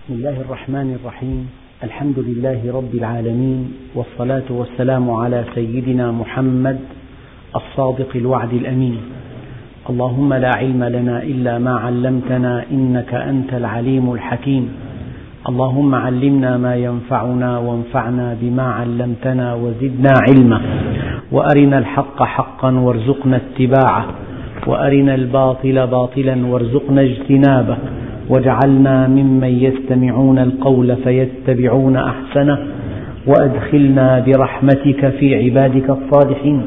بسم الله الرحمن الرحيم. الحمد لله رب العالمين، والصلاة والسلام على سيدنا محمد الصادق الوعد الأمين. اللهم لا علم لنا إلا ما علمتنا إنك أنت العليم الحكيم. اللهم علمنا ما ينفعنا وانفعنا بما علمتنا وزدنا علما، وأرنا الحق حقا وارزقنا اتباعه، وأرنا الباطل باطلا وارزقنا اجتنابه، واجعلنا ممن يستمعون القول فيتبعون أحسنه، وأدخلنا برحمتك في عبادك الصالحين.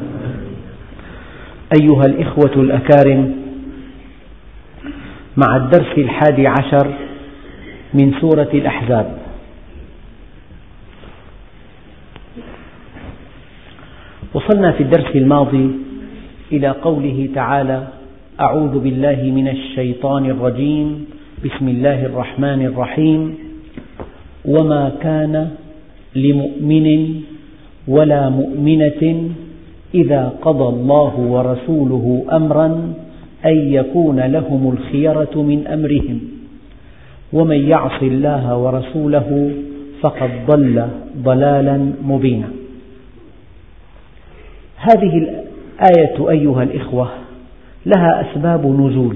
أيها الإخوة الأكارم، مع الدرس 11 من سورة الأحزاب. وصلنا في الدرس الماضي إلى قوله تعالى: أعوذ بالله من الشيطان الرجيم، بسم الله الرحمن الرحيم. وما كان لمؤمن ولا مؤمنة إذا قضى الله ورسوله أمرا أن يكون لهم الخيرة من أمرهم، ومن يعص الله ورسوله فقد ضل ضلالا مبينا. هذه الآية أيها الإخوة لها أسباب نزول،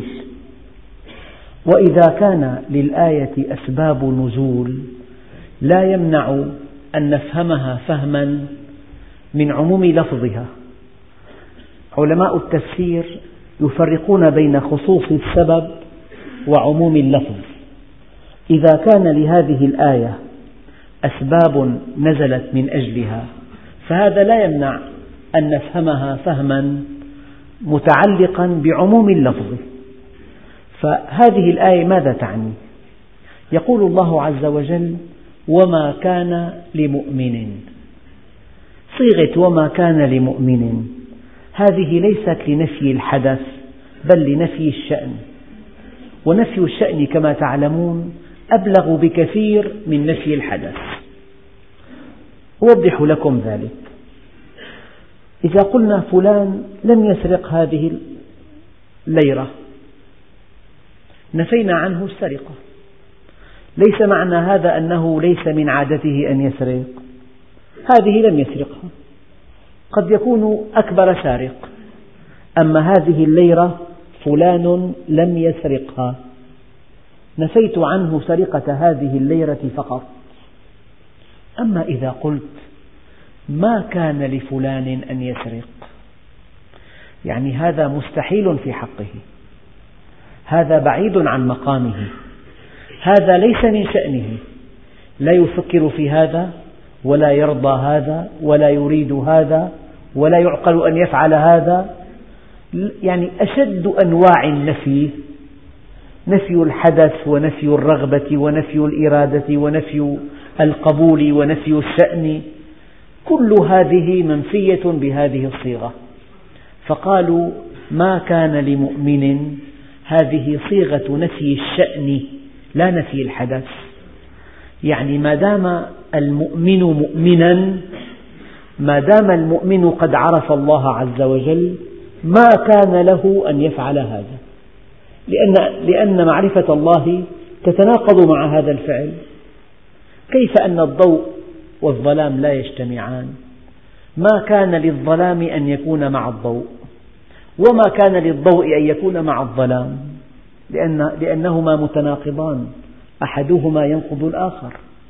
وإذا كان للآية أسباب نزول لا يمنع أن نفهمها فهما من عموم لفظها. علماء التفسير يفرقون بين خصوص السبب وعموم اللفظ. إذا كان لهذه الآية أسباب نزلت من أجلها فهذا لا يمنع أن نفهمها فهما متعلقا بعموم اللفظ. فهذه الآية ماذا تعني؟ يقول الله عز وجل: وما كان لمؤمن. صيغة وما كان لمؤمن هذه ليست لنفي الحدث بل لنفي الشأن، ونفي الشأن كما تعلمون أبلغ بكثير من نفي الحدث. أوضح لكم ذلك. إذا قلنا فلان لم يسرق هذه الليرة نفينا عنه السرقة، ليس معنى هذا أنه ليس من عادته أن يسرق، هذه لم يسرقها، قد يكون أكبر سارق، أما هذه الليرة فلان لم يسرقها، نفيت عنه سرقة هذه الليرة فقط. أما إذا قلت ما كان لفلان أن يسرق، يعني هذا مستحيل في حقه، هذا بعيد عن مقامه، هذا ليس من شأنه، لا يفكر في هذا ولا يرضى هذا ولا يريد هذا ولا يعقل أن يفعل هذا. يعني أشد أنواع النفي، نفي الحدث ونفي الرغبة ونفي الإرادة ونفي القبول ونفي الشأن، كل هذه منفية بهذه الصيغة. فقالوا ما كان لمؤمن، هذه صيغة نفي الشأن لا نفي الحدث. يعني ما دام المؤمن مؤمنا، ما دام المؤمن قد عرف الله عز وجل، ما كان له أن يفعل هذا، لأن معرفة الله تتناقض مع هذا الفعل. كيف أن الضوء والظلام لا يجتمعان؟ ما كان للظلام أن يكون مع الضوء، وما كان للضوء أن يكون مع الظلام، لأنهما متناقضان، أحدهما ينقض الآخر.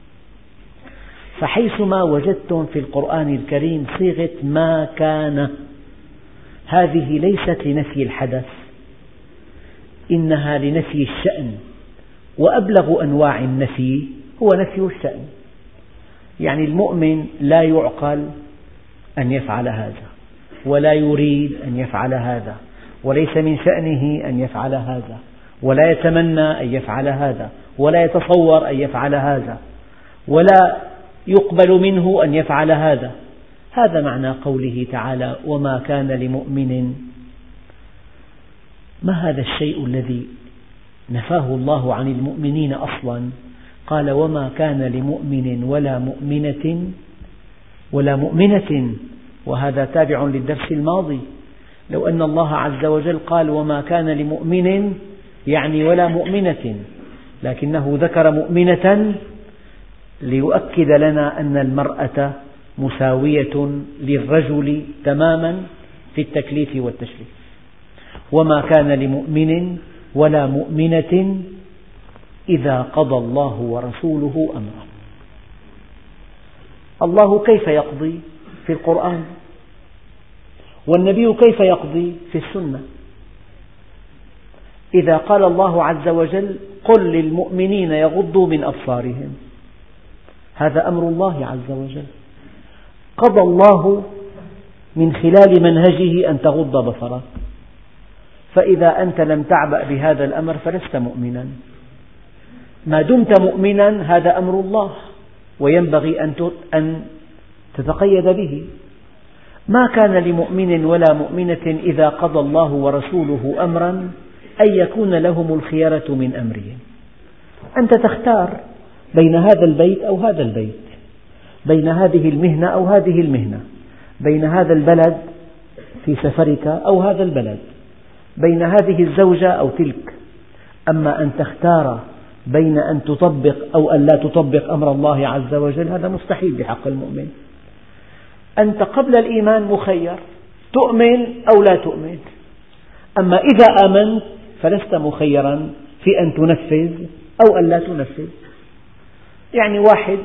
فحيثما وجدتم في القرآن الكريم صيغة ما كان، هذه ليست لنفي الحدث، إنها لنفي الشأن، وأبلغ أنواع النفي هو نفي الشأن. يعني المؤمن لا يعقل أن يفعل هذا، ولا يريد أن يفعل هذا، وليس من شأنه أن يفعل هذا، ولا يتمنى أن يفعل هذا، ولا يتصور أن يفعل هذا، ولا يقبل منه أن يفعل هذا. هذا معنى قوله تعالى: وما كان لمؤمن. ما هذا الشيء الذي نفاه الله عن المؤمنين أصلا؟ قال: وما كان لمؤمن ولا مؤمنة، وهذا تابع للدرس الماضي. لو أن الله عز وجل قال: وما كان لمؤمن، يعني ولا مؤمنة، لكنه ذكر مؤمنة ليؤكد لنا أن المرأة مساوية للرجل تماما في التكليف والتشريف. وما كان لمؤمن ولا مؤمنة إذا قضى الله ورسوله أمرا. الله كيف يقضي في القرآن، والنبي كيف يقضي في السنة. إذا قال الله عز وجل قل للمؤمنين يغضوا من أبصارهم، هذا أمر الله عز وجل، قضى الله من خلال منهجه أن تغض بصرك، فإذا أنت لم تعبأ بهذا الأمر فلست مؤمنا. ما دمت مؤمنا هذا أمر الله وينبغي أن تتقيد به. ما كان لمؤمن ولا مؤمنة إذا قضى الله ورسوله أمرا أن يكون لهم الخيرة من أمرهم. أنت تختار بين هذا البيت أو هذا البيت، بين هذه المهنة أو هذه المهنة، بين هذا البلد في سفرك أو هذا البلد، بين هذه الزوجة أو تلك. أما أن تختار بين أن تطبق أو أن لا تطبق أمر الله عز وجل هذا مستحيل بحق المؤمن. أنت قبل الإيمان مخير، تؤمن أو لا تؤمن. أما إذا آمنت فلست مخيرا في أن تنفذ أو أن لا تنفذ. يعني واحد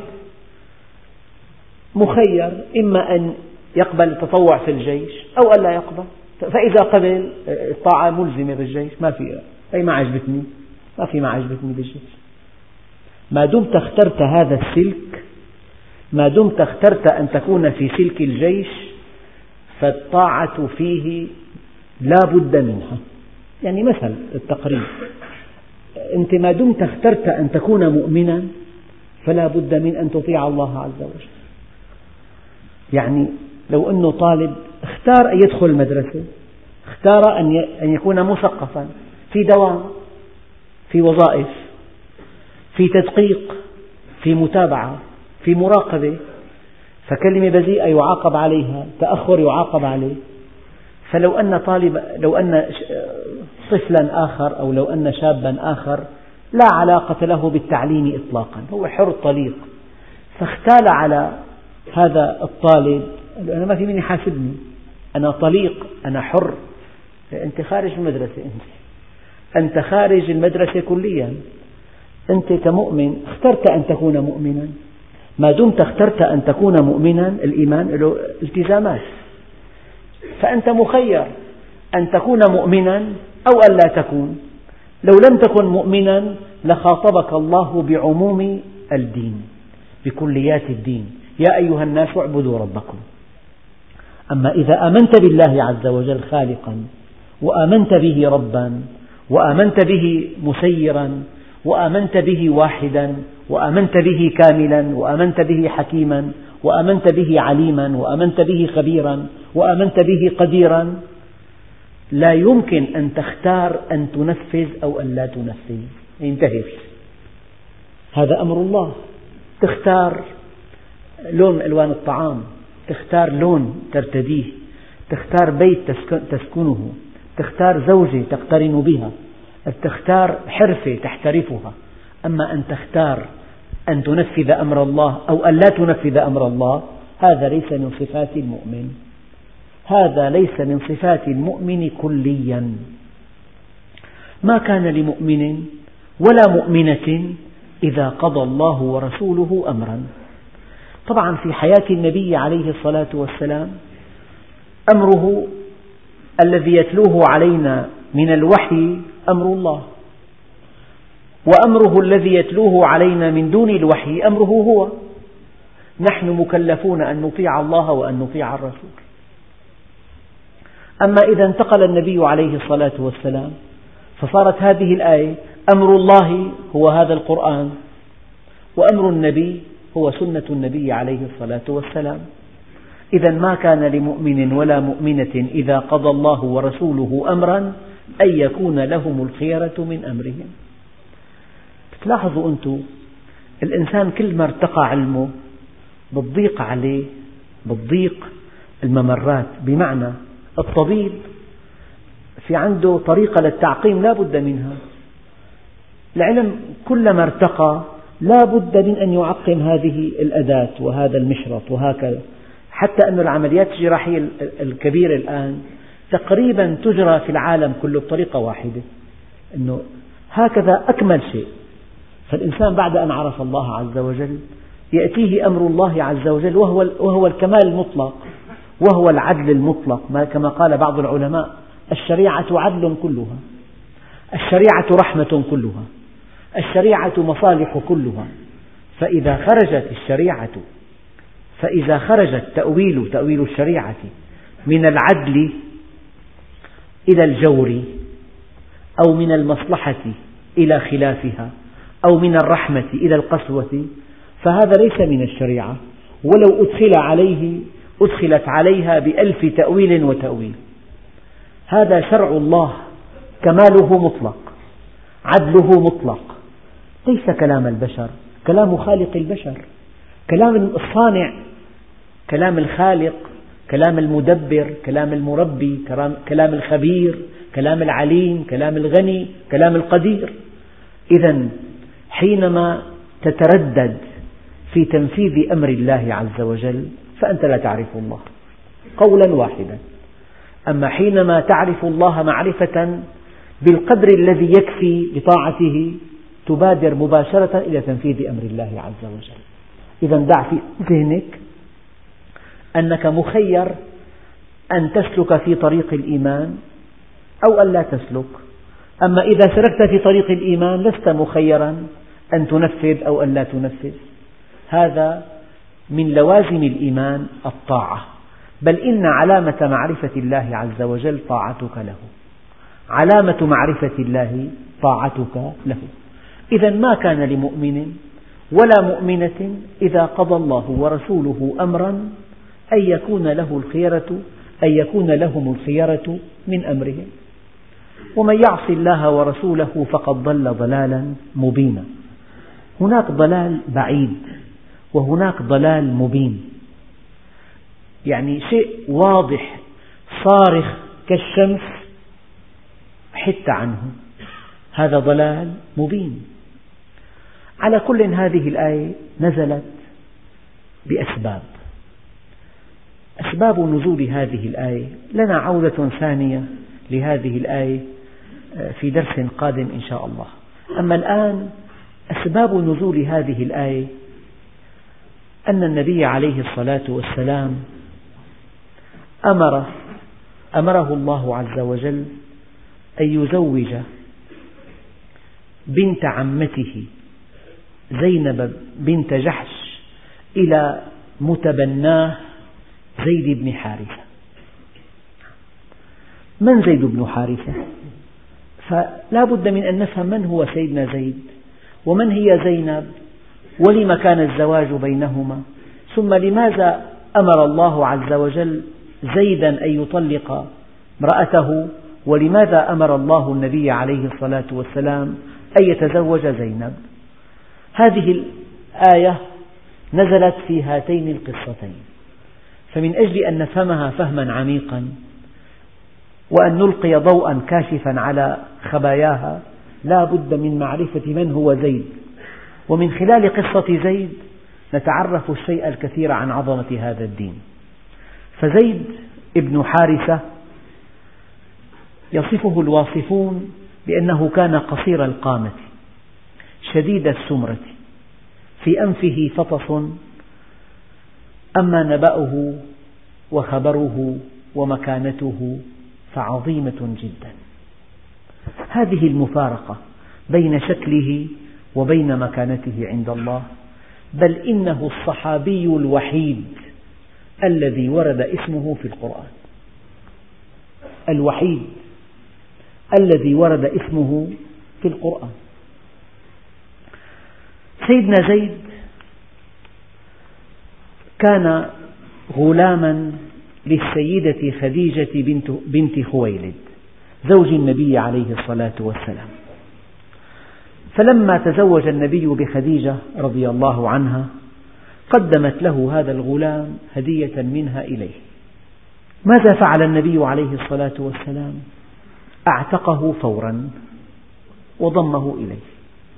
مخير إما أن يقبل التطوع في الجيش أو أن لا يقبل، فإذا قبل الطاعة ملزمة بالجيش، ما في أي ما عجبتني، ما في ما عجبتني بالجيش. ما دمت اخترت هذا السلك، ما دمت اخترت أن تكون في سلك الجيش، فالطاعة فيه لا بد منها. يعني مثل التقريب، أنت ما دمت اخترت أن تكون مؤمنا فلا بد من أن تطيع الله عز وجل. يعني لو أنه طالب اختار أن يدخل المدرسة، اختار أن يكون مثقفا في دوام، في وظائف، في تدقيق، في متابعة، في مراقبة، فكلمة بذيئة يعاقب عليها، تأخر يعاقب عليه. فلو أن طفلا آخر أو لو أن شابا آخر لا علاقة له بالتعليم إطلاقا، هو حر طليق، فاختال على هذا الطالب، أنا ما في من يحاسبني، أنا طليق، أنا حر. أنت خارج المدرسة، أنت خارج المدرسة كليا. أنت كمؤمن اخترت أن تكون مؤمنا. ما دمت اخترت أن تكون مؤمنا، الإيمان له التزامات، فأنت مخير أن تكون مؤمنا أو أن لا تكون. لو لم تكن مؤمنا لخاطبك الله بعموم الدين، بكليات الدين، يا أيها الناس اعبدوا ربكم. أما إذا آمنت بالله عز وجل خالقا، وآمنت به ربا، وآمنت به مسيرا، وآمنت به واحدا، وآمنت به كاملا، وآمنت به حكيما، وآمنت به عليما، وآمنت به خبيرا، وآمنت به قديرا، لا يمكن أن تختار أن تنفذ أو أن لا تنفذ، انتهي. هذا أمر الله. تختار لون من ألوان الطعام، تختار لون ترتديه، تختار بيت تسكنه، تختار زوجة تقترن بها، تختار حرفة تحترفها. أما أن تختار أن تنفذ أمر الله أو أن لا تنفذ أمر الله، هذا ليس من صفات المؤمن، هذا ليس من صفات المؤمن كليا. ما كان لمؤمن ولا مؤمنة إذا قضى الله ورسوله أمرا. طبعا في حياة النبي عليه الصلاة والسلام أمره الذي يتلوه علينا من الوحي أمر الله، وأمره الذي يتلوه علينا من دون الوحي أمره هو. نحن مكلفون أن نطيع الله وأن نطيع الرسول. أما إذا انتقل النبي عليه الصلاة والسلام فصارت هذه الآية أمر الله هو هذا القرآن، وأمر النبي هو سنة النبي عليه الصلاة والسلام. إذا ما كان لمؤمن ولا مؤمنة إذا قضى الله ورسوله أمرا أن يكون لهم الخيرة من أمرهم. تلاحظوا أنتم الإنسان كل ما ارتقى علمه بتضيق عليه، بتضيق الممرات. بمعنى الطبيب في عنده طريقة للتعقيم لا بد منها، العلم كلما ارتقى لا بد من أن يعقم هذه الأداة وهذا المشرط وهكذا، حتى أن العمليات الجراحية الكبيرة الآن تقريبا تجرى في العالم كله بطريقة واحدة، أنه هكذا أكمل شيء. فالإنسان بعد أن عرف الله عز وجل يأتيه أمر الله عز وجل وهو الكمال المطلق، وهو العدل المطلق، كما قال بعض العلماء: الشريعة عدل كلها، الشريعة رحمة كلها، الشريعة مصالح كلها. فإذا خرجت تأويل الشريعة من العدل إلى الجور، أو من المصلحة إلى خلافها، أو من الرحمة إلى القسوة، فهذا ليس من الشريعة، ولو أدخلت عليها ب1000 تأويل وتأويل. هذا شرع الله، كماله مطلق، عدله مطلق، ليس كلام البشر، كلام خالق البشر، كلام الصانع، كلام الخالق، كلام المدبر، كلام المربي، كلام الخبير، كلام العليم، كلام الغني، كلام القدير. إذا حينما تتردد في تنفيذ أمر الله عز وجل فأنت لا تعرف الله قولا واحدا. أما حينما تعرف الله معرفة بالقدر الذي يكفي لطاعته تبادر مباشرة إلى تنفيذ أمر الله عز وجل. إذا دع في ذهنك أنك مخير أن تسلك في طريق الإيمان أو أن لا تسلك. أما إذا سلكت في طريق الإيمان لست مخيرا أن تنفذ أو أن لا تنفذ. هذا من لوازم الإيمان الطاعة، بل إن علامة معرفة الله عز وجل طاعتك له، علامة معرفة الله طاعتك له. إذا ما كان لمؤمن ولا مؤمنة إذا قضى الله ورسوله أمرا أن يكون لهم الخيرة من أمرهم، ومن يعص الله ورسوله فقد ضل ضلالا مبينا. هناك ضلال بعيد وهناك ضلال مبين، يعني شيء واضح صارخ كالشمس حت عنه، هذا ضلال مبين. على كل هذه الآية نزلت بأسباب. أسباب نزول هذه الآية لنا عودة ثانية لهذه الآية في درس قادم إن شاء الله. أما الآن أسباب نزول هذه الآية أن النبي عليه الصلاة والسلام أمره الله عز وجل أن يزوج بنت عمته زينب بنت جحش إلى متبناه زيد بن حارثة. من زيد بن حارثة؟ فلا بد من أن نفهم من هو سيدنا زيد، ومن هي زينب، ولم كان الزواج بينهما، ثم لماذا أمر الله عز وجل زيدا أن يطلق امرأته، ولماذا أمر الله النبي عليه الصلاة والسلام أن يتزوج زينب. هذه الآية نزلت في هاتين القصتين، فمن أجل أن نفهمها فهما عميقا وأن نلقي ضوءا كاشفا على خباياها لا بد من معرفة من هو زيد، ومن خلال قصة زيد نتعرف الشيء الكثير عن عظمة هذا الدين. فزيد ابن حارثة يصفه الواصفون بأنه كان قصير القامة شديد السمرة، في أنفه فطس، أما نبأه وخبره ومكانته فعظيمة جدا. هذه المفارقة بين شكله وبين مكانته عند الله، بل إنه الصحابي الوحيد الذي ورد اسمه في القرآن، الوحيد الذي ورد اسمه في القرآن. سيدنا زيد كان غلاما للسيدة خديجة بنت خويلد زوج النبي عليه الصلاة والسلام، فلما تزوج النبي بخديجة رضي الله عنها قدمت له هذا الغلام هدية منها إليه. ماذا فعل النبي عليه الصلاة والسلام؟ أعتقه فورا وضمه إليه.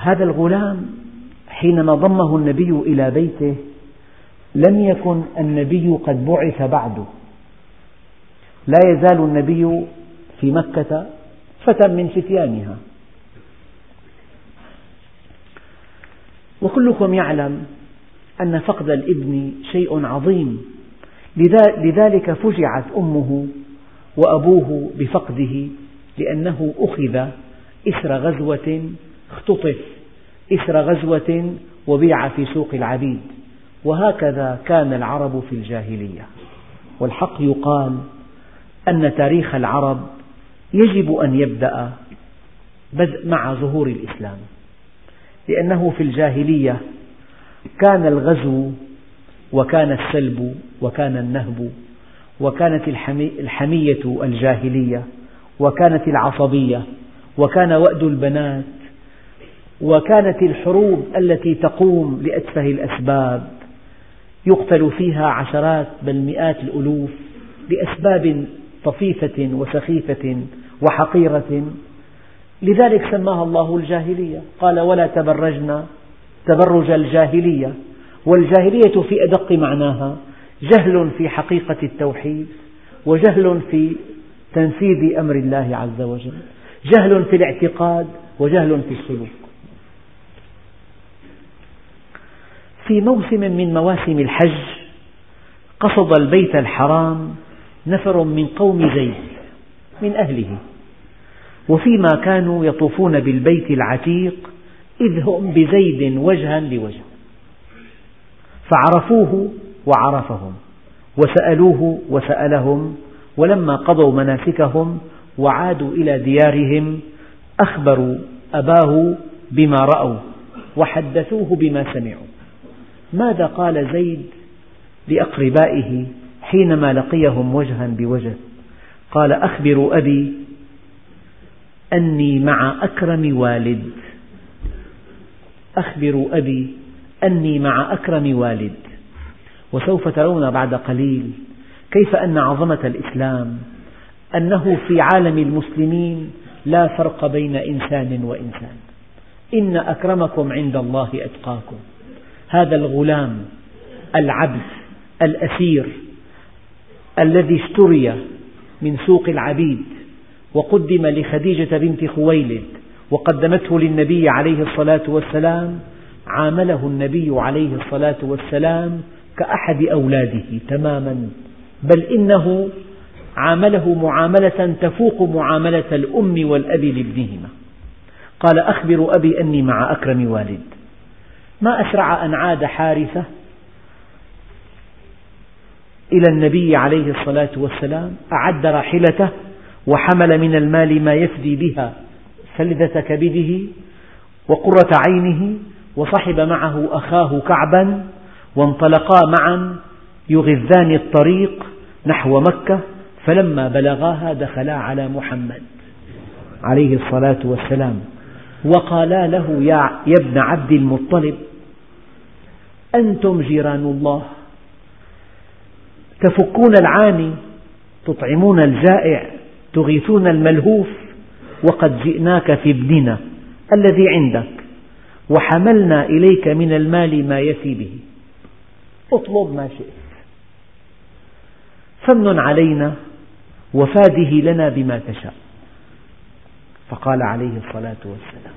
هذا الغلام حينما ضمه النبي إلى بيته لم يكن النبي قد بعث بعد، لا يزال النبي في مكة فتى من فتيانها. وكلكم يعلم أن فقد الابن شيء عظيم، لذلك فجعت أمه وأبوه بفقده، لأنه أخذ إثر غزوة، اختطف إثر غزوة وبيع في سوق العبيد. وهكذا كان العرب في الجاهلية. والحق يقال أن تاريخ العرب يجب أن يبدأ مع ظهور الإسلام، لأنه في الجاهلية كان الغزو وكان السلب وكان النهب وكانت الحمية الجاهلية وكانت العصبية وكان وأد البنات وكانت الحروب التي تقوم لأتفه الأسباب يقتل فيها عشرات بل مئات الألوف لأسباب طفيفة وسخيفة وحقيرة. لذلك سماها الله الجاهلية، قال ولا تبرجن تبرج الجاهلية. والجاهلية في أدق معناها جهل في حقيقة التوحيد، وجهل في تنفيذ أمر الله عز وجل، جهل في الاعتقاد وجهل في السلوك. في موسم من مواسم الحج قصد البيت الحرام نفر من قوم زيد من أهله، وفيما كانوا يطوفون بالبيت العتيق إذ هم بزيد وجها لوجه، فعرفوه وعرفهم وسألوه وسألهم، ولما قضوا مناسكهم وعادوا إلى ديارهم أخبروا أباه بما رأوا وحدثوه بما سمعوا. ماذا قال زيد لأقربائه حينما لقيهم وجها بوجه؟ قال أخبروا أبي أني مع أكرم والد، أخبروا أبي أني مع أكرم والد. وسوف ترون بعد قليل كيف أن عظمة الإسلام أنه في عالم المسلمين لا فرق بين إنسان وإنسان، إن أكرمكم عند الله أتقاكم. هذا الغلام العبد الأسير الذي اشتري من سوق العبيد وقدم لخديجة بنت خويلد وقدمته للنبي عليه الصلاة والسلام، عامله النبي عليه الصلاة والسلام كأحد أولاده تماما، بل إنه عامله معاملة تفوق معاملة الأم والأب لابنهما. قال أخبر أبي أني مع أكرم والد. ما أسرع أن عاد حارثة إلى النبي عليه الصلاة والسلام، أعد راحلته وحمل من المال ما يفدي بها فلذة كبده وقرة عينه، وصحب معه أخاه كعبا، وانطلقا معا يغذان الطريق نحو مكة. فلما بلغاها دخلا على محمد عليه الصلاة والسلام وقالا له يا ابن عبد المطلب أنتم جيران الله، تفكون العاني، تطعمون الجائع، تغيثون الملهوف، وقد جئناك في ابننا الذي عندك وحملنا إليك من المال ما يفي به، اطلب ما شئت، فمن علينا وفاده لنا بما تشاء. فقال عليه الصلاة والسلام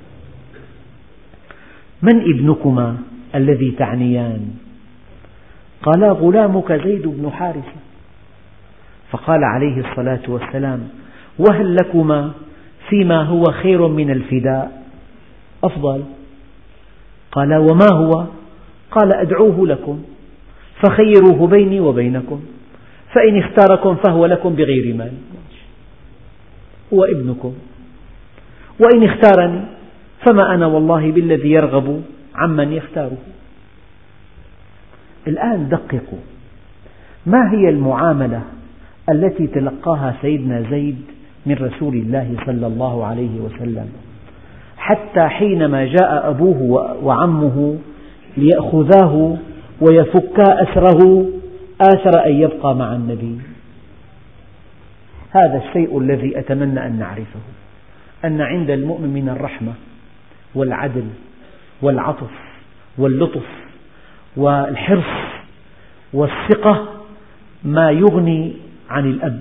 من ابنكما الذي تعنيان؟ قالا غلامك زيد بن حارثة. فقال عليه الصلاة والسلام وهل لكما فيما هو خير من الفداء أفضل؟ قالا وما هو؟ قال أدعوه لكم فخيروه بيني وبينكم، فإن اختاركم فهو لكم بغير مال، هو ابنكم، وإن اختارني فما أنا والله بالذي يرغب عمن يختاره. الآن دققوا، ما هي المعاملة التي تلقاها سيدنا زيد من رسول الله صلى الله عليه وسلم، حتى حينما جاء أبوه وعمه ليأخذاه ويفكا أسره آثر أن يبقى مع النبي. هذا الشيء الذي أتمنى أن نعرفه، أن عند المؤمن من الرحمة والعدل والعطف واللطف والحرص والثقة ما يغني عن الأب.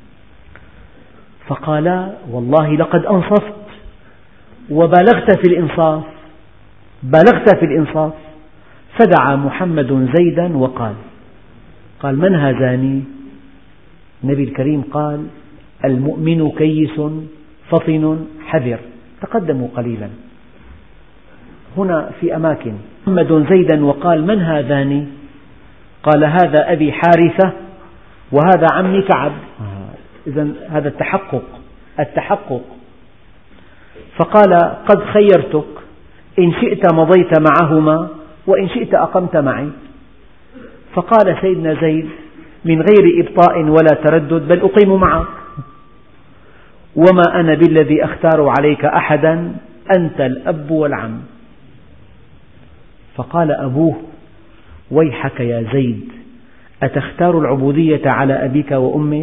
فقالا: والله لقد أنصفت وبلغت في الإنصاف، بلغت في الإنصاف. فدعا محمد زيدا وقال: من هذان؟ النبي الكريم قال: المؤمن كيس فطن حذر. تقدموا قليلا، هنا في أماكن. محمد زيدا وقال: من هذان؟ قال: هذا أبي حارثة وهذا عمي كعب. إذن هذا التحقق. فقال: قد خيرتك، إن شئت مضيت معهما وإن شئت أقمت معي. فقال سيدنا زيد من غير إبطاء ولا تردد: بل أقيم معك، وما أنا بالذي أختار عليك أحدا، أنت الأب والعم. فقال أبوه: ويحك يا زيد، أتختار العبودية على أبيك وأمك؟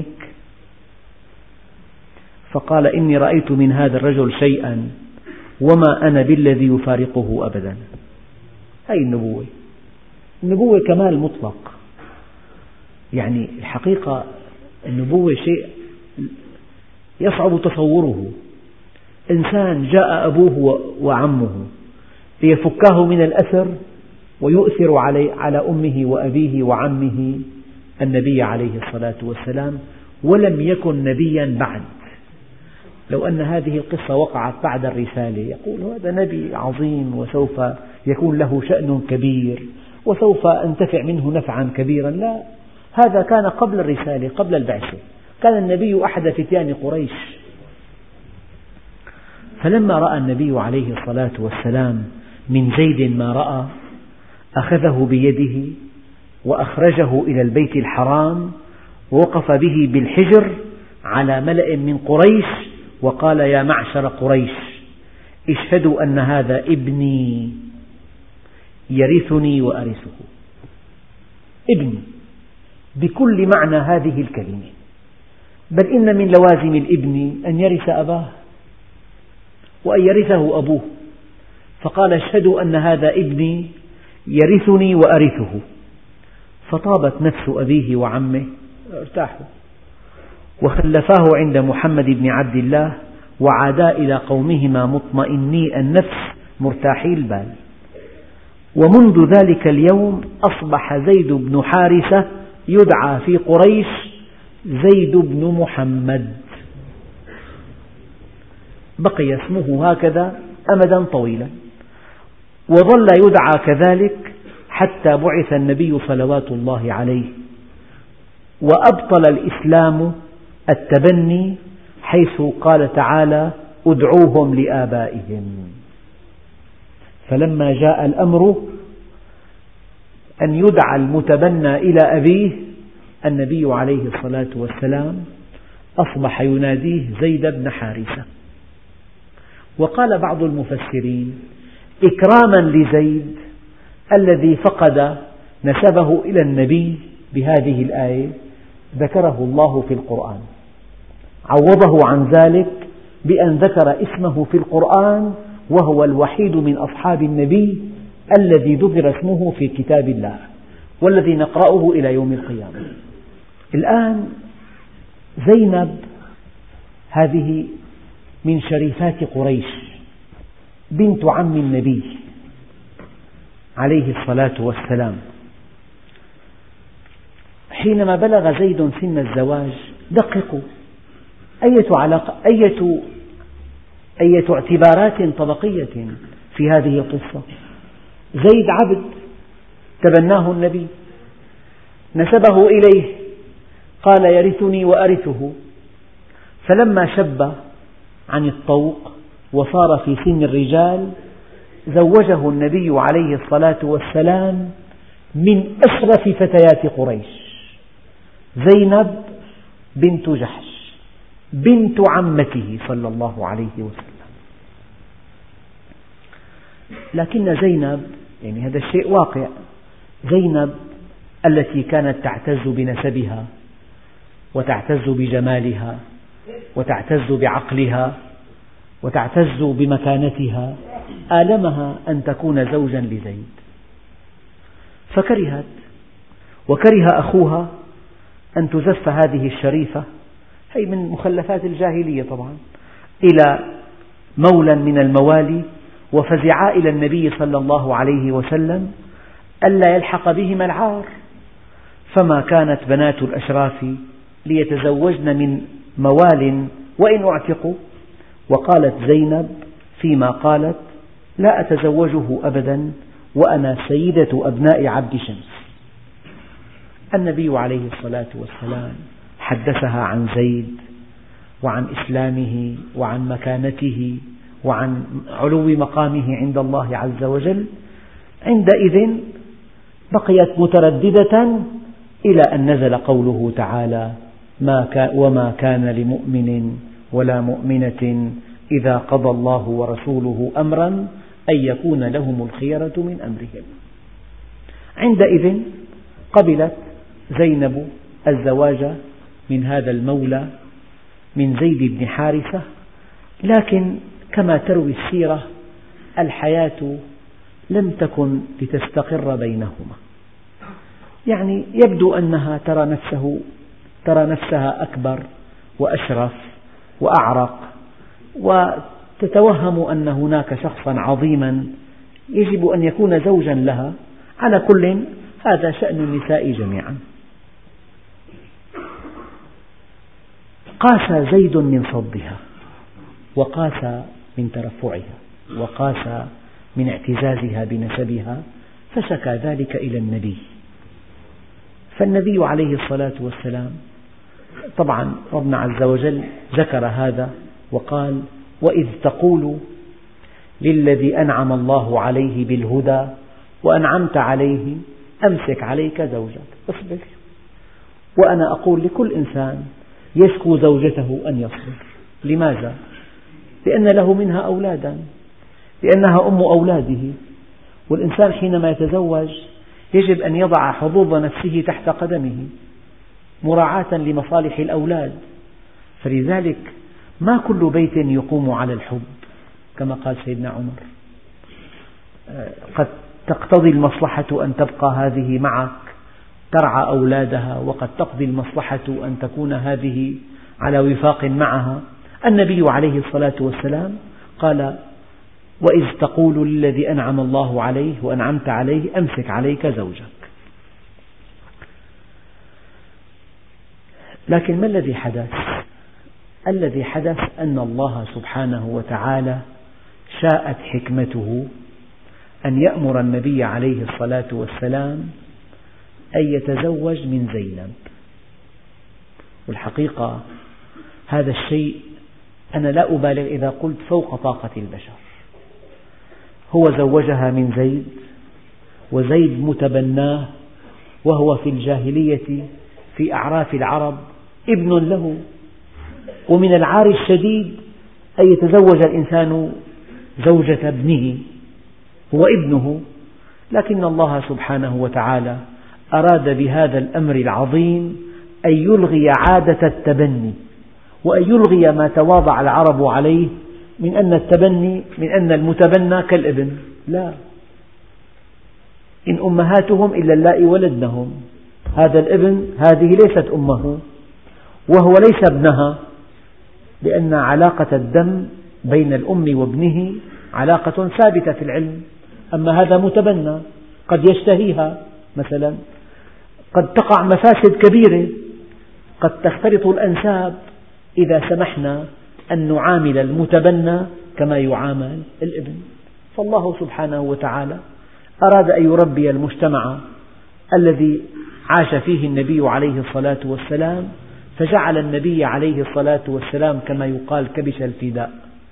فقال: إني رأيت من هذا الرجل شيئا وما أنا بالذي يفارقه أبدا. هذه النبوة كمال مطلق. يعني الحقيقة النبوة شيء يصعب تصوره. إنسان جاء أبوه وعمه ليفكاه من الأسر ويؤثر على أمه وأبيه وعمه النبي عليه الصلاة والسلام، ولم يكن نبيا بعد. لو أن هذه القصة وقعت بعد الرسالة يقول: هذا نبي عظيم وسوف يكون له شأن كبير وسوف أنتفع منه نفعا كبيرا. لا، هذا كان قبل الرسالة، قبل البعثة. كان النبي أحد فتيان قريش. فلما رأى النبي عليه الصلاة والسلام من زيد ما رأى، أخذه بيده وأخرجه إلى البيت الحرام ووقف به بالحجر على ملأ من قريش وقال: يا معشر قريش، اشهدوا أن هذا ابني يرثني وأرثه. ابني بكل معنى هذه الكلمة، بل إن من لوازم الابن أن يرث أباه وأن يرثه أبوه. فقال: اشهدوا أن هذا ابني يرثني وأرثه. فطابت نفس أبيه وعمه، ارتاحوا، وخلفاه عند محمد بن عبد الله، وعادا إلى قومهما مطمئني النفس مرتاحي البال. ومنذ ذلك اليوم أصبح زيد بن حارثة يدعى في قريش زيد بن محمد، بقي اسمه هكذا أمدا طويلا، وظل يدعى كذلك حتى بعث النبي صلوات الله عليه. وأبطل الإسلام التبني، حيث قال تعالى: ادعوهم لآبائهم. فلما جاء الأمر أن يدعى المتبنى إلى أبيه، النبي عليه الصلاة والسلام أصبح يناديه زيد بن حارثة. وقال بعض المفسرين: إكراما لزيد الذي فقد نسبه إلى النبي بهذه الآية، ذكره الله في القرآن، عوضه عن ذلك بأن ذكر اسمه في القرآن، وهو الوحيد من أصحاب النبي الذي ذكر اسمه في كتاب الله والذي نقرأه إلى يوم القيامة. الآن زينب هذه من شريفات قريش، بنت عم النبي عليه الصلاة والسلام. حينما بلغ زيد سن الزواج دققوا أية اعتبارات طبقية في هذه القصة. زيد عبد تبناه النبي، نسبه إليه، قال: يرثني وأرثه. فلما شب عن الطوق وصار في سن الرجال، زوجه النبي عليه الصلاة والسلام من أشرف فتيات قريش، زينب بنت جحش بنت عمته صلى الله عليه وسلم. لكن زينب، يعني هذا الشيء واقع، زينب التي كانت تعتز بنسبها وتعتز بجمالها وتعتز بعقلها وتعتز بمكانتها آلمها أن تكون زوجا لزيد فكرهت، وكره أخوها أن تزف هذه الشريفة، هي من مخلفات الجاهلية طبعا، إلى مولى من الموالي، وفزعا إلى النبي صلى الله عليه وسلم ألا يلحق بهما العار، فما كانت بنات الأشراف ليتزوجن من موال وإن أعتقوا. وقالت زينب فيما قالت: لا أتزوجه أبدا وأنا سيدة أبناء عبد شمس. النبي عليه الصلاة والسلام حدثها عن زيد وعن إسلامه وعن مكانته وعن علو مقامه عند الله عز وجل. عندئذ بقيت مترددة إلى أن نزل قوله تعالى: وما كان لمؤمن ولا مؤمنة إذا قضى الله ورسوله أمرا أن يكون لهم الخيرة من أمرهم. عندئذ قبلت زينب الزواج من هذا المولى من زيد بن حارثة، لكن كما تروي السيرة الحياة لم تكن لتستقر بينهما، يعني يبدو أنها ترى نفسها أكبر وأشرف وأعرق، وتتوهم أن هناك شخصا عظيما يجب أن يكون زوجا لها. على كل هذا شأن النساء جميعا. قاس زيد من صدها، وقاس من ترفعها، وقاس من اعتزازها بنسبها، فشكى ذلك إلى النبي. فالنبي عليه الصلاة والسلام طبعا ربنا عز وجل ذكر هذا وقال: وإذ تقول للذي أنعم الله عليه بالهدى وأنعمت عليه أمسك عليك زوجك اصبر. وأنا أقول لكل إنسان يشكو زوجته أن يصبر. لماذا؟ لأن له منها أولادا، لأنها أم أولاده، والإنسان حينما يتزوج يجب أن يضع حظوظ نفسه تحت قدمه مراعاة لمصالح الأولاد. فلذلك ما كل بيت يقوم على الحب كما قال سيدنا عمر، قد تقتضي المصلحة أن تبقى هذه معك ترعى أولادها، وقد تقضي المصلحة أن تكون هذه على وفاق معها. النبي عليه الصلاة والسلام قال: وإذ تقول للذي أنعم الله عليه وأنعمت عليه أمسك عليك زوجك. لكن ما الذي حدث؟ الذي حدث أن الله سبحانه وتعالى شاءت حكمته أن يأمر النبي عليه الصلاة والسلام أن يتزوج من زينب. والحقيقة هذا الشيء أنا لا أبالغ إذا قلت فوق طاقة البشر. هو زوجها من زيد، وزيد متبناه، وهو في الجاهلية في أعراف العرب ابن له، ومن العار الشديد أن يتزوج الإنسان زوجة ابنه، هو ابنه. لكن الله سبحانه وتعالى أراد بهذا الأمر العظيم أن يلغي عادة التبني، وأن يلغي ما تواضع العرب عليه من أن المتبنى كالابن. لا، إن أمهاتهم إلا اللائي ولدنهم. هذا الابن هذه ليست أمه، وهو ليس ابنها، لأن علاقة الدم بين الأم وابنه علاقة ثابتة في العلم. أما هذا متبنى قد يشتهيها مثلا، قد تقع مفاسد كبيرة، قد تختلط الأنساب إذا سمحنا أن نعامل المتبنى كما يعامل الابن. فالله سبحانه وتعالى أراد أن يربي المجتمع الذي عاش فيه النبي عليه الصلاة والسلام، فجعل النبي عليه الصلاة والسلام كما يقال كبش الفداء.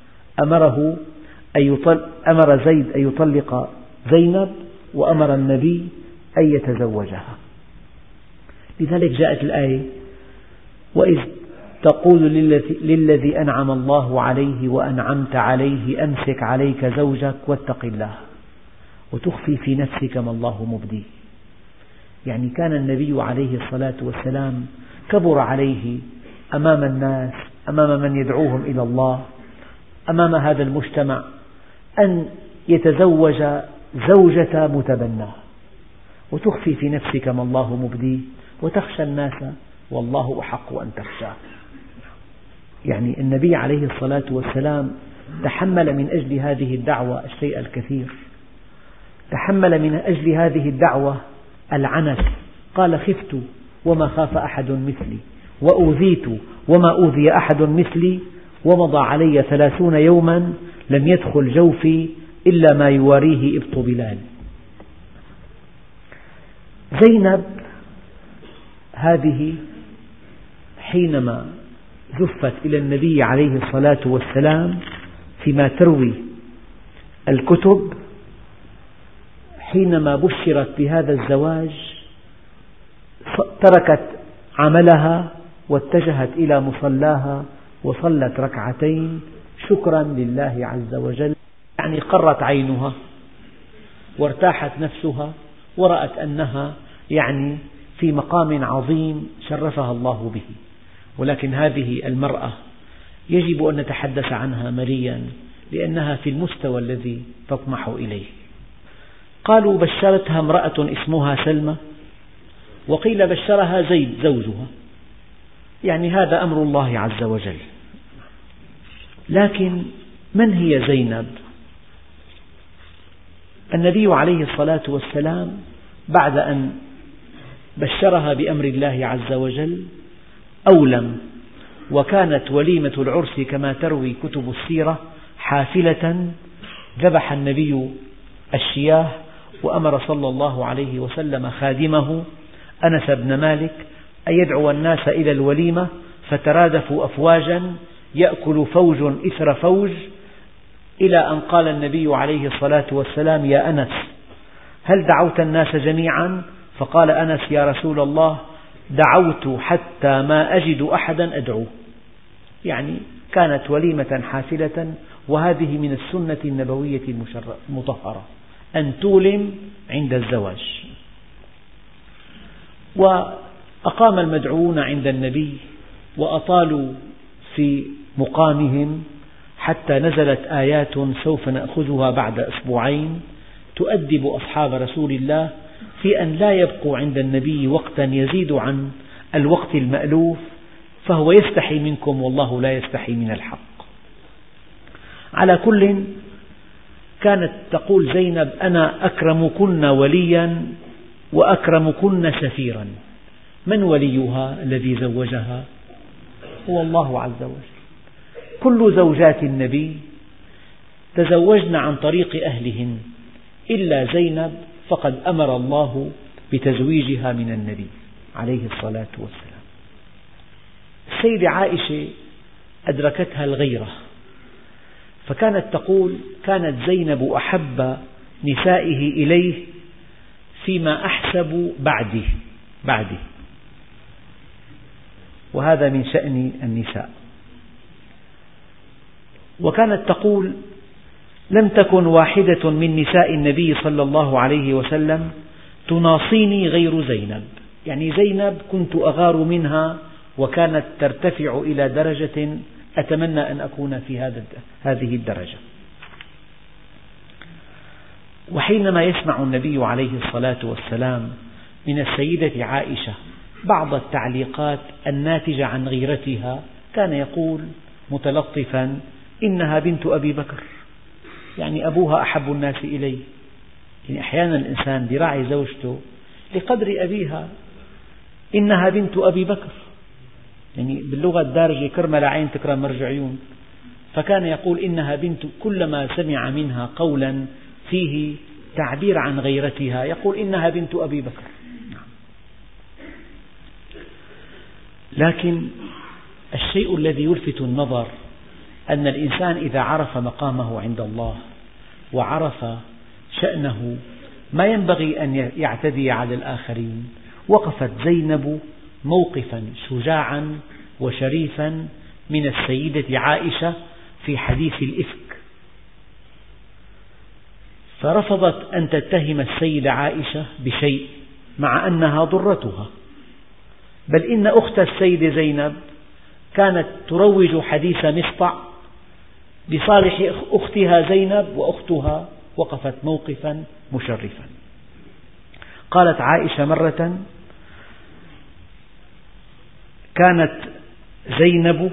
أمر زيد أن يطلق زينب، وأمر النبي أن يتزوجها. لذلك جاءت الآية: وإذ تقول للذي أنعم الله عليه وأنعمت عليه أمسك عليك زوجك واتق الله وتخفي في نفسك ما الله مبديه. يعني كان النبي عليه الصلاة والسلام كبر عليه أمام الناس، أمام من يدعوهم إلى الله، أمام هذا المجتمع، أن يتزوج زوجة متبناه، وتخفي في نفسك ما الله مبديه وتخشى الناس والله أحق أن تخشاه. يعني النبي عليه الصلاة والسلام تحمل من أجل هذه الدعوة الشيء الكثير، تحمل من أجل هذه الدعوة العنت، قال: خفت وما خاف أحد مثلي، وأوذيت وما أوذي أحد مثلي، ومضى علي 30 يوما لم يدخل جوفي إلا ما يواريه إبط بلال. زينب هذه حينما زفت إلى النبي عليه الصلاة والسلام فيما تروي الكتب، حينما بشرت بهذا الزواج تركت عملها واتجهت إلى مصلاها وصلت ركعتين شكرا لله عز وجل، يعني قرت عينها وارتاحت نفسها ورأت أنها يعني في مقام عظيم شرفها الله به. ولكن هذه المرأة يجب أن نتحدث عنها مليا لأنها في المستوى الذي تطمح إليه. قالوا بشرتها امرأة اسمها سلمى، وقيل بشرها زيد زوجها، يعني هذا أمر الله عز وجل. لكن من هي زينب؟ النبي عليه الصلاة والسلام بعد أن بشرها بأمر الله عز وجل أولم، وكانت وليمة العرس كما تروي كتب السيرة حافلة، ذبح النبي الشياه وأمر صلى الله عليه وسلم خادمه أنس بن مالك أن يدعو الناس إلى الوليمة، فترادفوا أفواجا يأكل فوج إثر فوج، إلى أن قال النبي عليه الصلاة والسلام: يا أنس هل دعوت الناس جميعا؟ فقال أنس: يا رسول الله دعوت حتى ما أجد أحدا أدعوه. يعني كانت وليمة حافلة، وهذه من السنة النبوية المطهرة أن تولم عند الزواج. وأقام المدعوون عند النبي وأطالوا في مقامهم حتى نزلت آيات سوف نأخذها بعد أسبوعين تؤدب أصحاب رسول الله في أن لا يبقوا عند النبي وقتا يزيد عن الوقت المألوف، فهو يستحي منكم والله لا يستحي من الحق. على كل، كانت تقول زينب: أنا أكرمكن وليا وأكرمكن سفيرا. من وليها الذي زوجها؟ هو الله عز وجل. كل زوجات النبي تزوجن عن طريق أهلهن إلا زينب، فقد أمر الله بتزويجها من النبي عليه الصلاة والسلام. السيدة عائشة أدركتها الغيرة، فكانت تقول: كانت زينب أحب نسائه إليه فيما أحسب بعده، وهذا من شأن النساء. وكانت تقول: لم تكن واحدة من نساء النبي صلى الله عليه وسلم تناصيني غير زينب، يعني زينب كنت أغار منها، وكانت ترتفع إلى درجة أتمنى أن أكون في هذه الدرجة. وحينما يسمع النبي عليه الصلاة والسلام من السيدة عائشة بعض التعليقات الناتجة عن غيرتها، كان يقول متلطفا: إنها بنت أبي بكر، يعني أبوها أحب الناس إلي. يعني أحيانا الإنسان يراعي زوجته لقدر أبيها، إنها بنت أبي بكر، يعني باللغة الدارجة كرم العين تكرم مرج عيون. فكان يقول إنها بنت، كلما سمع منها قولا فيه تعبير عن غيرتها يقول إنها بنت أبي بكر. لكن الشيء الذي يلفت النظر أن الإنسان إذا عرف مقامه عند الله وعرف شأنه ما ينبغي أن يعتدي على الآخرين. وقفت زينب موقفا شجاعا وشريفا من السيدة عائشة في حديث الإفك، فرفضت أن تتهم السيدة عائشة بشيء مع أنها ضرتها، بل إن أخت السيدة زينب كانت تروج حديث مصطع لصالح أختها زينب، وأختها وقفت موقفا مشرفا. قالت عائشة مرة: كانت زينب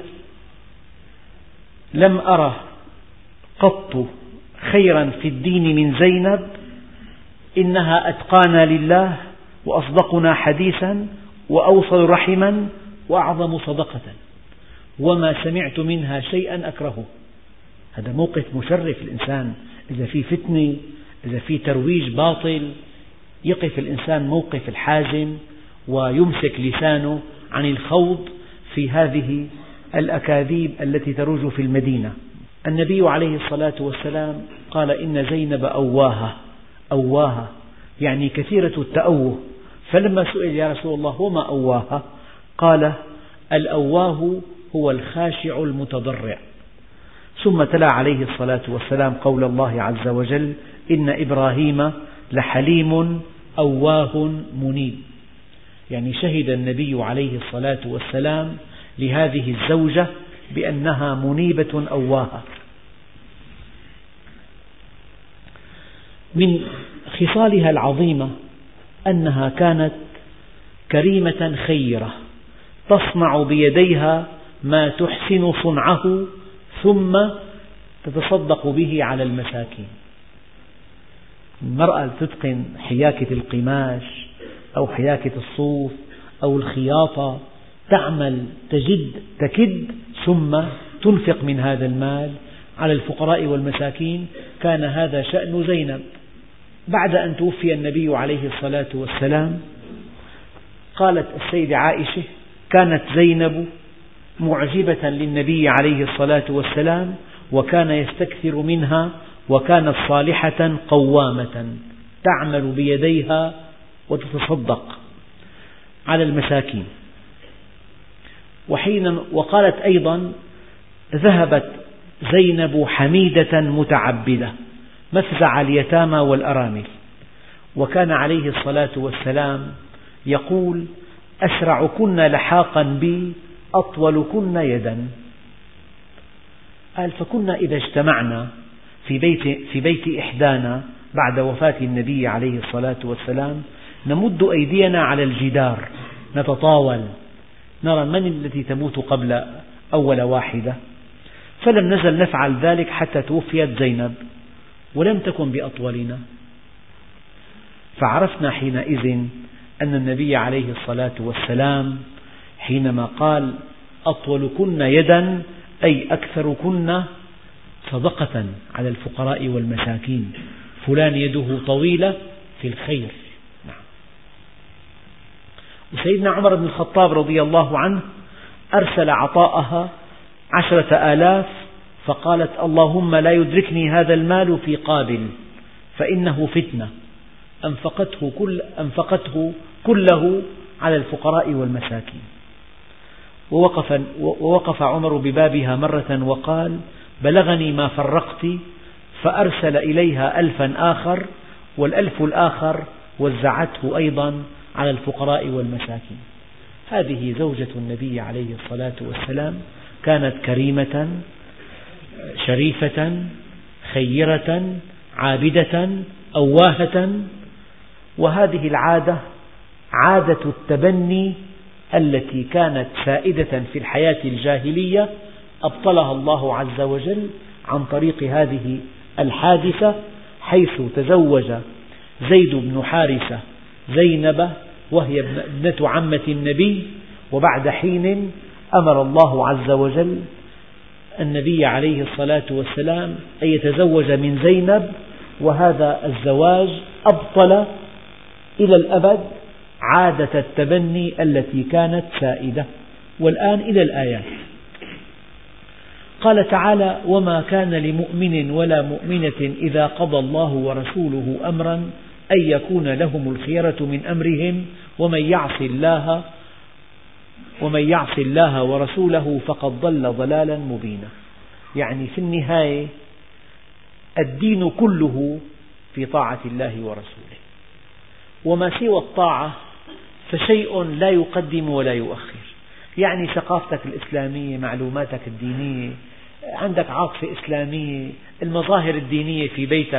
لم أرى قط خيرا في الدين من زينب، إنها أتقانا لله وأصدقنا حديثا وأوصل رحما وأعظم صدقة، وما سمعت منها شيئا أكرهه. هذا موقف مشرف. الإنسان إذا في فتنة، إذا في ترويج باطل، يقف الإنسان موقف الحازم ويمسك لسانه عن الخوض في هذه الأكاذيب التي تروج في المدينة. النبي عليه الصلاة والسلام قال: إن زينب أواهة، يعني كثيرة التأوه. فلما سئل: يا رسول الله وما أواهة؟ قال: الأواه هو الخاشع المتضرع. ثم تلا عليه الصلاة والسلام قول الله عز وجل: إن إبراهيم لحليم أواه منيب. يعني شهد النبي عليه الصلاة والسلام لهذه الزوجة بأنها منيبة أواهة. من خصالها العظيمة أنها كانت كريمة خيرة، تصنع بيديها ما تحسن صنعه ثم تتصدق به على المساكين. المرأة تتقن حياكة القماش أو حياكة الصوف أو الخياطة، تعمل تكد ثم تنفق من هذا المال على الفقراء والمساكين. كان هذا شأن زينب. بعد أن توفي النبي عليه الصلاة والسلام، قالت السيدة عائشة: كانت زينب معجبة للنبي عليه الصلاة والسلام، وكان يستكثر منها، وكانت صالحة قوامة تعمل بيديها وتتصدق على المساكين. وقالت أيضا: ذهبت زينب حميدة متعبدة مفزع اليتامى والأرامل. وكان عليه الصلاة والسلام يقول: أسرعكن لحاقا بي أطولكن يدا. قال: فكنا إذا اجتمعنا في بيت إحدانا بعد وفاة النبي عليه الصلاة والسلام نمد أيدينا على الجدار نتطاول، نرى من التي تموت قبل أول واحدة. فلم نزل نفعل ذلك حتى توفيت زينب، ولم تكن بأطولنا. فعرفنا حينئذ أن النبي عليه الصلاة والسلام حينما قال: أطولكن يدا، أي أكثركن صدقة على الفقراء والمساكين. فلان يده طويلة في الخير. وسيدنا عمر بن الخطاب رضي الله عنه أرسل عطاءها 10,000، فقالت: اللهم لا يدركني هذا المال في قابل فإنه فتنة. أنفقته كله على الفقراء والمساكين. ووقف عمر ببابها مرة وقال: بلغني ما فرقت، فأرسل إليها 1000 آخر، وال1000 الآخر وزعته أيضا على الفقراء والمساكين. هذه زوجة النبي عليه الصلاة والسلام، كانت كريمة شريفة خيرة عابدة أواهة. وهذه العادة عادة التبني التي كانت سائدة في الحياة الجاهلية، أبطلها الله عز وجل عن طريق هذه الحادثة، حيث تزوج زيد بن حارثة زينب وهي ابنة عمة النبي. وبعد حين أمر الله عز وجل النبي عليه الصلاة والسلام أن يتزوج من زينب، وهذا الزواج أبطل إلى الأبد عادة التبني التي كانت سائدة. والآن إلى الآيات. قال تعالى: وما كان لمؤمن ولا مؤمنة إذا قضى الله ورسوله أمرا أن يكون لهم الخيرة من أمرهم ومن يعص الله ورسوله فقد ضل ضلالا مبينا. يعني في النهاية الدين كله في طاعة الله ورسوله، وما سوى الطاعة فشيء لا يقدم ولا يؤخر. يعني ثقافتك الإسلامية، معلوماتك الدينية، عندك عاطفة إسلامية، المظاهر الدينية في بيتك،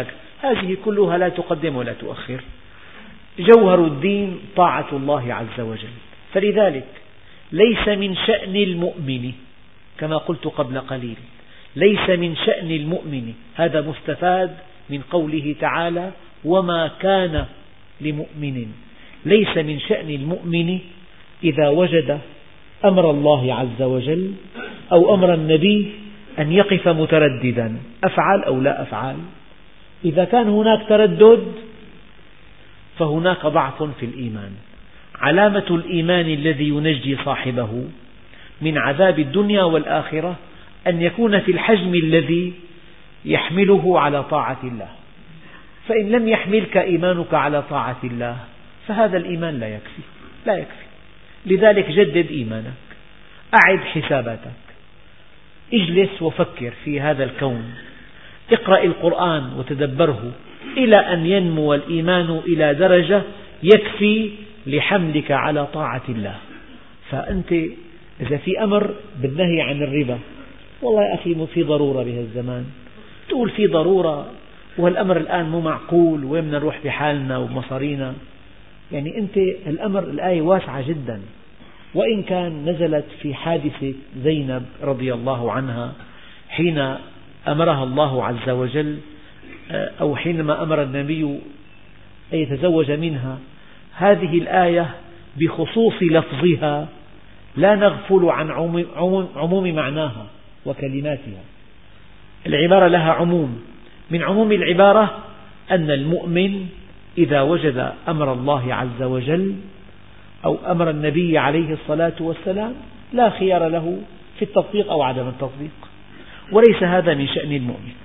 هذه كلها لا تقدم ولا تؤخر. جوهر الدين طاعة الله عز وجل. فلذلك ليس من شأن المؤمن، كما قلت قبل قليل، ليس من شأن المؤمن، هذا مستفاد من قوله تعالى: وما كان لمؤمن. ليس من شأن المؤمن إذا وجد أمر الله عز وجل أو أمر النبي أن يقف مترددا: أفعل أو لا أفعل؟ إذا كان هناك تردد فهناك ضعف في الإيمان. علامة الإيمان الذي ينجي صاحبه من عذاب الدنيا والآخرة أن يكون في الحجم الذي يحمله على طاعة الله. فإن لم يحملك إيمانك على طاعة الله فهذا الإيمان لا يكفي. لذلك جدد إيمانك، أعد حساباتك، اجلس وفكر في هذا الكون، اقرأ القرآن وتدبره إلى أن ينمو الإيمان إلى درجة يكفي لحملك على طاعة الله. فأنت إذا في أمر بالنهي عن الربا، والله يا أخي في ضرورة بهالزمان، تقول في ضرورة والأمر الآن مو معقول، وين بدنا نروح بحالنا ومصارينا؟ يعني أنت الأمر، الآية واسعة جدا، وإن كان نزلت في حادثة زينب رضي الله عنها حين أمرها الله عز وجل، أو حينما أمر النبي أن يتزوج منها. هذه الآية بخصوص لفظها لا نغفل عن عموم معناها وكلماتها. العبارة لها عموم، من عموم العبارة أن المؤمن إذا وجد أمر الله عز وجل أو أمر النبي عليه الصلاة والسلام لا خيار له في التطبيق أو عدم التطبيق، وليس هذا من شأن المؤمن.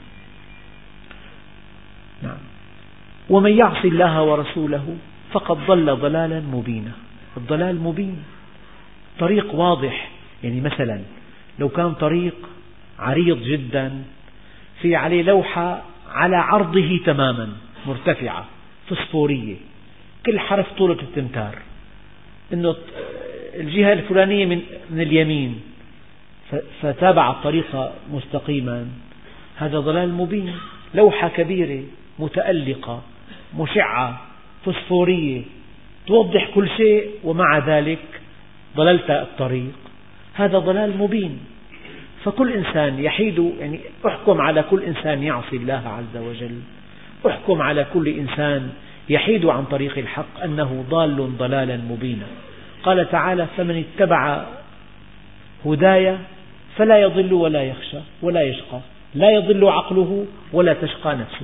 نعم. ومن يعص الله ورسوله فقد ضل ضلالا مبينا. الضلال مبين، طريق واضح. يعني مثلا لو كان طريق عريض جدا في عليه لوحة على عرضه تماما مرتفعة فسفورية، كل حرف طولة التمتار، إنه الجهة الفلانية من اليمين، فتابع الطريق مستقيما، هذا ضلال مبين. لوحة كبيرة متألقة مشعة فسفورية توضح كل شيء ومع ذلك ضللت الطريق، هذا ضلال مبين. فكل إنسان يحيد، يعني أحكم على كل إنسان يعصي الله عز وجل، أحكم على كل إنسان يحيد عن طريق الحق أنه ضال ضلالا مبينا. قال تعالى: فمن اتبع هداي فلا يضل ولا يخشى ولا يشقى، لا يضل عقله ولا تشقى نفسه.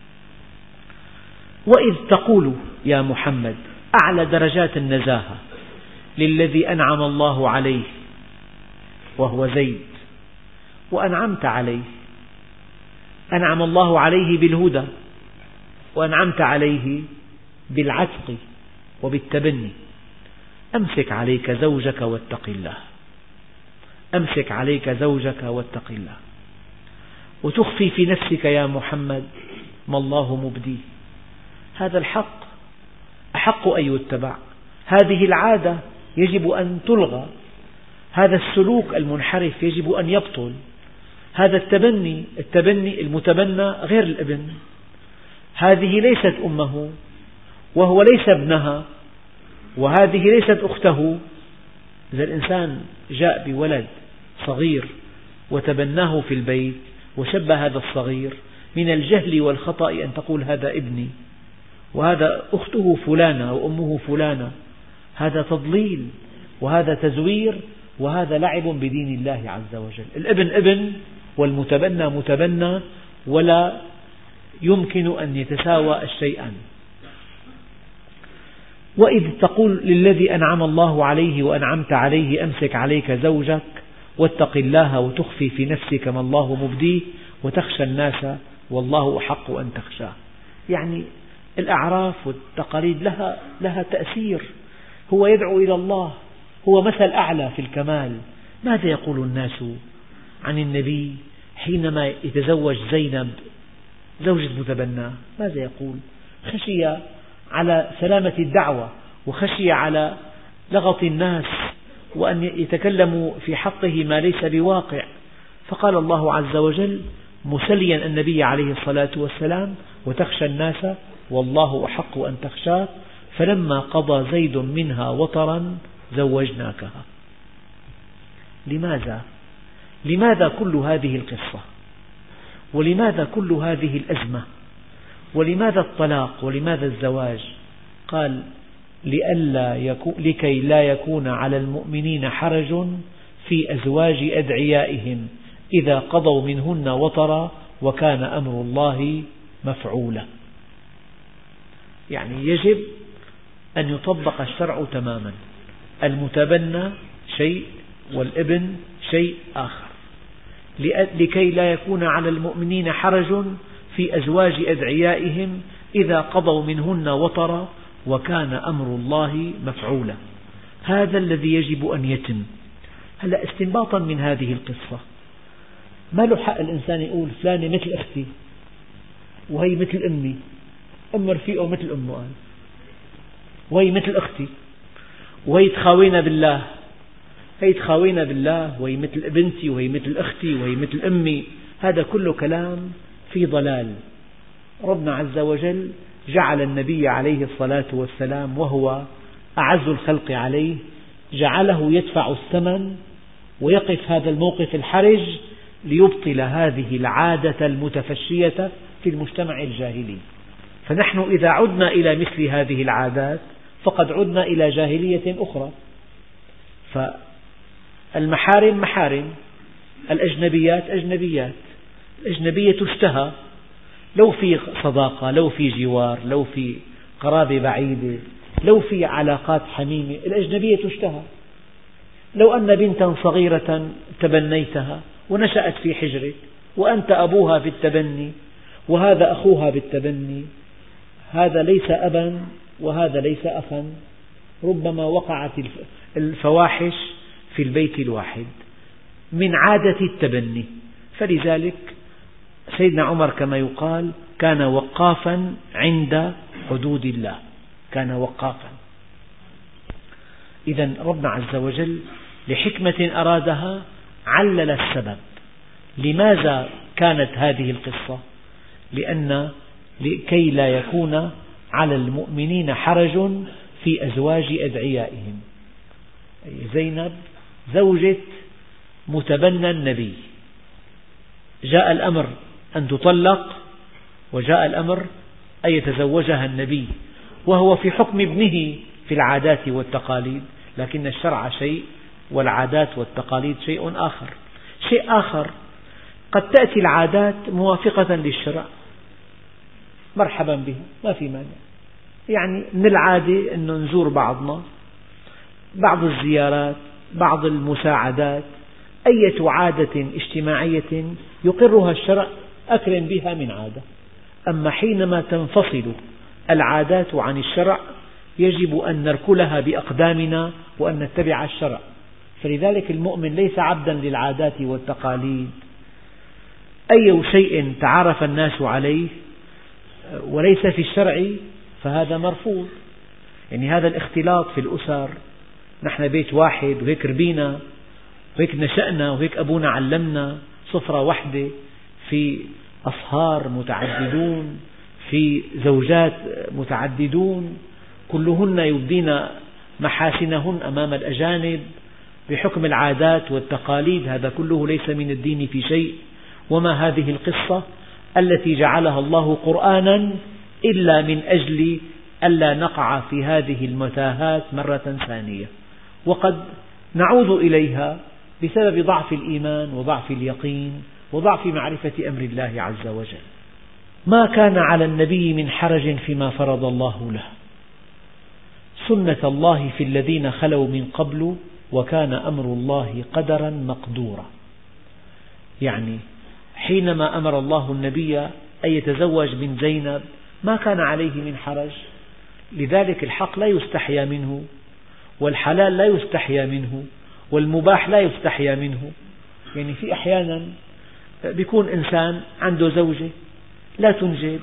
وإذ تقول يا محمد، أعلى درجات النزاهة للذي أنعم الله عليه وهو زيد، وأنعمت عليه، أنعم الله عليه بالهدى، وأنعمت عليه بالعتق وبالتبني. أمسك عليك زوجك واتق الله، أمسك عليك زوجك واتق الله، وتخفي في نفسك يا محمد ما الله مبديه. هذا الحق أحق أن يتبع، هذه العادة يجب أن تلغى، هذا السلوك المنحرف يجب أن يبطل، هذا التبني المتبنى غير الابن، هذه ليست أمه وهو ليس ابنها، وهذه ليست أخته. إذا الإنسان جاء بولد صغير وتبناه في البيت وشبه هذا الصغير، من الجهل والخطأ أن تقول هذا ابني وهذا أخته فلانة وأمه فلانة، هذا تضليل وهذا تزوير وهذا لعب بدين الله عز وجل. الابن ابن والمتبنى متبنى، ولا يمكن أن يتساوى الشيئان. وإذ تقول للذي أنعم الله عليه وأنعمت عليه أمسك عليك زوجك واتق الله وتخفي في نفسك ما الله مبديه وتخشى الناس والله أحق أن تخشاه. يعني الأعراف والتقاليد لها تأثير، هو يدعو إلى الله، هو مثل أعلى في الكمال. ماذا يقول الناس عن النبي حينما يتزوج زينب زوجة متبنى؟ ماذا يقول؟ خشي على سلامة الدعوة، وخشي على لغط الناس وأن يتكلموا في حقه ما ليس بواقع، فقال الله عز وجل: مسليا النبي عليه الصلاة والسلام: وتخشى الناس والله أحق أن تخشاه فلما قضى زيد منها وطرا زوجناكها. لماذا؟ لماذا كل هذه القصة؟ ولماذا كل هذه الأزمة؟ ولماذا الطلاق؟ ولماذا الزواج؟ قال: لكي لا يكون على المؤمنين حرج في أزواج أدعيائهم إذا قضوا منهن وطرا وكان أمر الله مفعولا. يعني يجب أن يطبق الشرع تماما، المتبنى شيء والابن شيء آخر، لكي لا يكون على المؤمنين حرج في أزواج أدعيائهم إذا قضوا منهن وطرا وكان أمر الله مفعولا. هذا الذي يجب أن يتم. هلأ استنباطا من هذه القصة، ما له حق الإنسان يقول فلانة مثل أختي وهي مثل أمي، أم رفيقه مثل أمه، قال وهي مثل أختي، وهي تخاوينا بالله، هي تخاوينا بالله، وهي مثل بنتي، وهي مثل أختي، وهي مثل أمي. هذا كله كلام في ضلال. ربنا عز وجل جعل النبي عليه الصلاة والسلام وهو أعز الخلق عليه، جعله يدفع الثمن ويقف هذا الموقف الحرج ليبطل هذه العادة المتفشية في المجتمع الجاهلي. فنحن إذا عدنا إلى مثل هذه العادات فقد عدنا إلى جاهلية أخرى. فالمحارم محارم، الأجنبيات أجنبيات، الأجنبية تشتهى، لو في صداقة، لو في جوار، لو في قرابة بعيدة، لو في علاقات حميمة، الأجنبية تشتهى. لو أن بنتا صغيرة تبنيتها ونشأت في حجرك وأنت أبوها بالتبني وهذا أخوها بالتبني، هذا ليس أبا وهذا ليس أخا، ربما وقعت الفواحش في البيت الواحد من عادة التبني. فلذلك سيدنا عمر كما يقال كان وقافا عند حدود الله، كان وقافا. إذن ربنا عز وجل لحكمة أرادها علل السبب. لماذا كانت هذه القصة؟ لكي لا يكون على المؤمنين حرج في أزواج أدعيائهم. زينب زوجة متبنى النبي، جاء الأمر أن تطلق وجاء الأمر أن يتزوجها النبي، وهو في حكم ابنه في العادات والتقاليد، لكن الشرع شيء والعادات والتقاليد شيء آخر. شيء آخر، قد تأتي العادات موافقة للشرع، مرحبا بها، ما في مانع. يعني من العادة أن نزور بعضنا، بعض الزيارات، بعض المساعدات، أية عادة اجتماعية يقرها الشرع أكرم بها من عادة. أما حينما تنفصل العادات عن الشرع يجب أن نركلها بأقدامنا وأن نتبع الشرع. فلذلك المؤمن ليس عبدا للعادات والتقاليد. أي شيء تعارف الناس عليه وليس في الشرع فهذا مرفوض. يعني هذا الاختلاط في الأسر، نحن بيت واحد وهيك ربينا وهيك نشأنا وهيك أبونا علمنا، سفرة واحدة، في أصهار متعددون، في زوجات متعددون، كلهن يبدين محاسنهن أمام الأجانب بحكم العادات والتقاليد، هذا كله ليس من الدين في شيء. وما هذه القصة التي جعلها الله قرآنا إلا من أجل ألا نقع في هذه المتاهات مرة ثانية، وقد نعود إليها بسبب ضعف الإيمان وضعف اليقين وضعف معرفة أمر الله عز وجل. ما كان على النبي من حرج فيما فرض الله له، سنة الله في الذين خلوا من قبل وكان أمر الله قدرا مقدورا. يعني حينما أمر الله النبي أن يتزوج من زينب ما كان عليه من حرج. لذلك الحق لا يستحيا منه، والحلال لا يستحيا منه، والمباح لا يستحيا منه. يعني في أحيانا بيكون إنسان عنده زوجة لا تنجب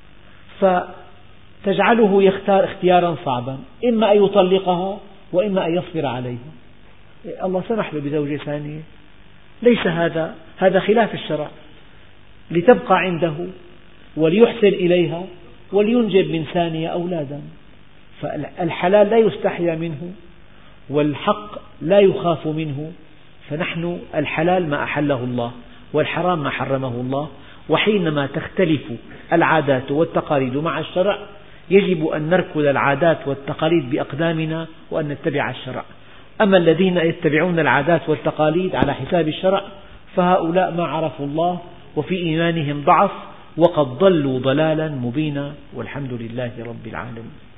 فتجعله يختار اختيارا صعبا، إما أن يطلقها وإما أن يصبر عليها. الله سمح له بزوجة ثانية، ليس هذا خلاف الشرع. لتبقى عنده وليحسن إليها ولينجب من ثانية أولادا. فالحلال لا يستحيا منه والحق لا يخاف منه. فنحن الحلال ما أحله الله والحرام ما حرمه الله. وحينما تختلف العادات والتقاليد مع الشرع يجب أن نركض العادات والتقاليد بأقدامنا وأن نتبع الشرع. أما الذين يتبعون العادات والتقاليد على حساب الشرع فهؤلاء ما عرفوا الله وفي إيمانهم ضعف وقد ضلوا ضلالا مبينا، والحمد لله رب العالمين.